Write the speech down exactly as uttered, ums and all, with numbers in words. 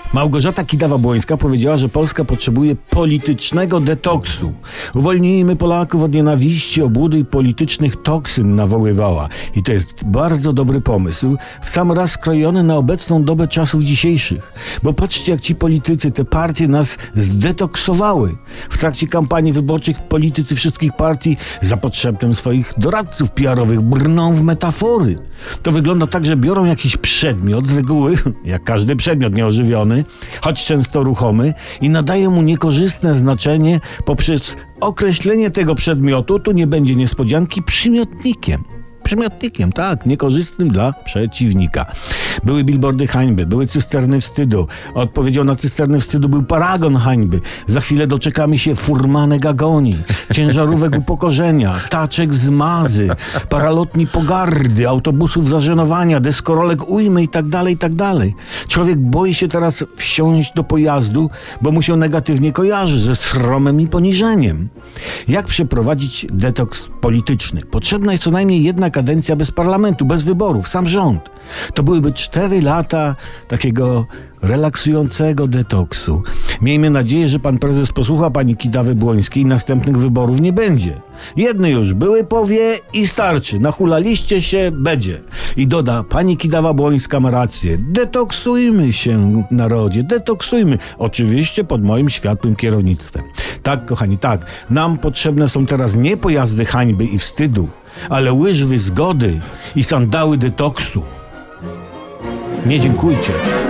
Małgorzata Kidawa-Błońska powiedziała, że Polska potrzebuje politycznego detoksu. Uwolnijmy Polaków od nienawiści, obłudy i politycznych toksyn, nawoływała. I to jest bardzo dobry pomysł, w sam raz skrojony na obecną dobę czasów dzisiejszych. Bo patrzcie, jak ci politycy, te partie nas zdetoksowały. W trakcie kampanii wyborczych politycy wszystkich partii za potrzebem swoich doradców P R-owych brną w metafory. To wygląda tak, że biorą jakiś przedmiot, z reguły, jak każdy przedmiot nieożywiony, choć często ruchomy, i nadają mu niekorzystne znaczenie poprzez określenie tego przedmiotu, tu nie będzie niespodzianki, przymiotnikiem. Przymiotnikiem, tak, niekorzystnym dla przeciwnika. Były billboardy hańby, były cysterny wstydu. Odpowiedzią na cysterny wstydu był paragon hańby. Za chwilę doczekamy się furmanek agonii, ciężarówek upokorzenia, taczek zmazy, paralotni pogardy, autobusów zażenowania, deskorolek ujmy i tak dalej, i tak dalej. Człowiek boi się teraz wsiąść do pojazdu, bo mu się negatywnie kojarzy ze sromem i poniżeniem. Jak przeprowadzić detoks polityczny? Potrzebna jest co najmniej jedna kadencja bez parlamentu, bez wyborów, sam rząd. To byłyby cztery lata takiego relaksującego detoksu. Miejmy nadzieję, że pan prezes posłucha pani Kidawy-Błońskiej i następnych wyborów nie będzie. Jedny już były, powie i starczy. Nachulaliście się, będzie. I doda, pani Kidawa-Błońska ma rację. Detoksujmy się, narodzie, detoksujmy. Oczywiście pod moim światłym kierownictwem. Tak, kochani, tak. Nam potrzebne są teraz nie pojazdy hańby i wstydu, ale łyżwy zgody i sandały detoksu. Nie dziękujcie.